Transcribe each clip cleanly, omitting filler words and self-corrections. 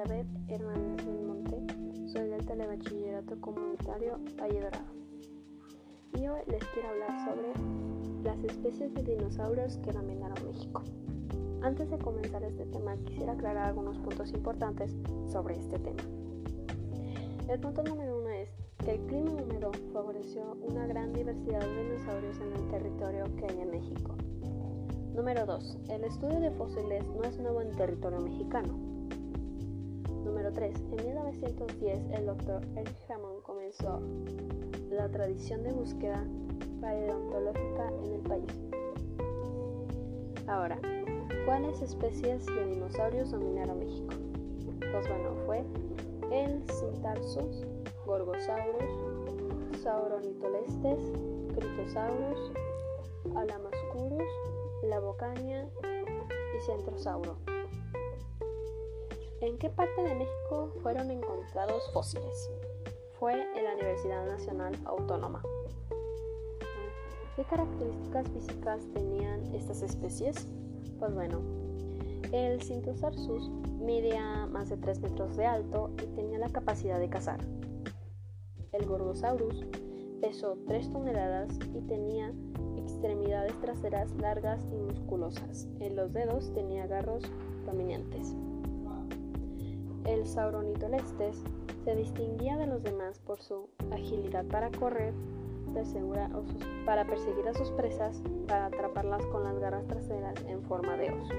Elizabeth Hernández Monte, soy del Telebachillerato Comunitario Valle Dorado. Y hoy les quiero hablar sobre las especies de dinosaurios que dominaron México. Antes de comenzar este tema, quisiera aclarar algunos puntos importantes sobre este tema. El punto número 1 es que el clima húmedo favoreció una gran diversidad de dinosaurios en el territorio que hay en México. Número 2. El estudio de fósiles no es nuevo en territorio mexicano. Número 3. En 1910, el Dr. Eric Hammond comenzó la tradición de búsqueda paleontológica en el país. Ahora, ¿cuáles especies de dinosaurios dominaron México? Pues bueno, fue el Cintarsus, Gorgosaurus, Sauronitolestes, Critosaurus, Alamascurus, Labocaña y Centrosauro. ¿En qué parte de México fueron encontrados fósiles? Fue en la Universidad Nacional Autónoma. ¿Qué características físicas tenían estas especies? Pues bueno, el Cintarsus medía más de 3 metros de alto y tenía la capacidad de cazar. El Gorgosaurus pesó 3 toneladas y tenía extremidades traseras largas y musculosas. En los dedos tenía garros prominentes. El Sauronitolestes se distinguía de los demás por su agilidad para correr, para perseguir a sus presas, para atraparlas con las garras traseras en forma de oso.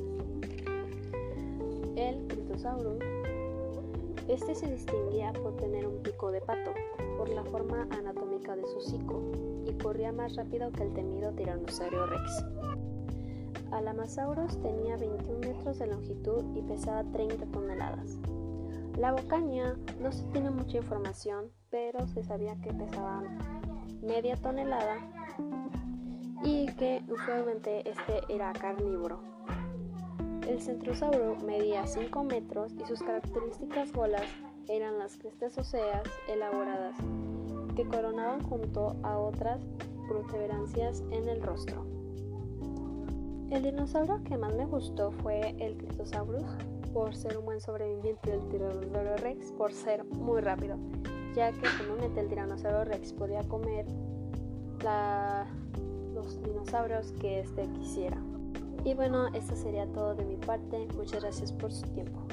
El Critosaurus, se distinguía por tener un pico de pato, por la forma anatómica de su hocico, y corría más rápido que el temido Tiranosaurio Rex. Alamasauros tenía 21 metros de longitud y pesaba 30 toneladas. Labocaña no se tiene mucha información, pero se sabía que pesaba media tonelada y que usualmente era carnívoro. El Centrosauro medía 5 metros y sus características bolas eran las crestas óseas elaboradas que coronaban junto a otras protuberancias en el rostro. El dinosaurio que más me gustó fue el Critosaurus, por ser un buen sobreviviente del Tiranosaurio Rex, por ser muy rápido, ya que comúnmente el Tiranosaurio Rex podía comer los dinosaurios que quisiera. Y bueno, esto sería todo de mi parte. Muchas gracias por su tiempo.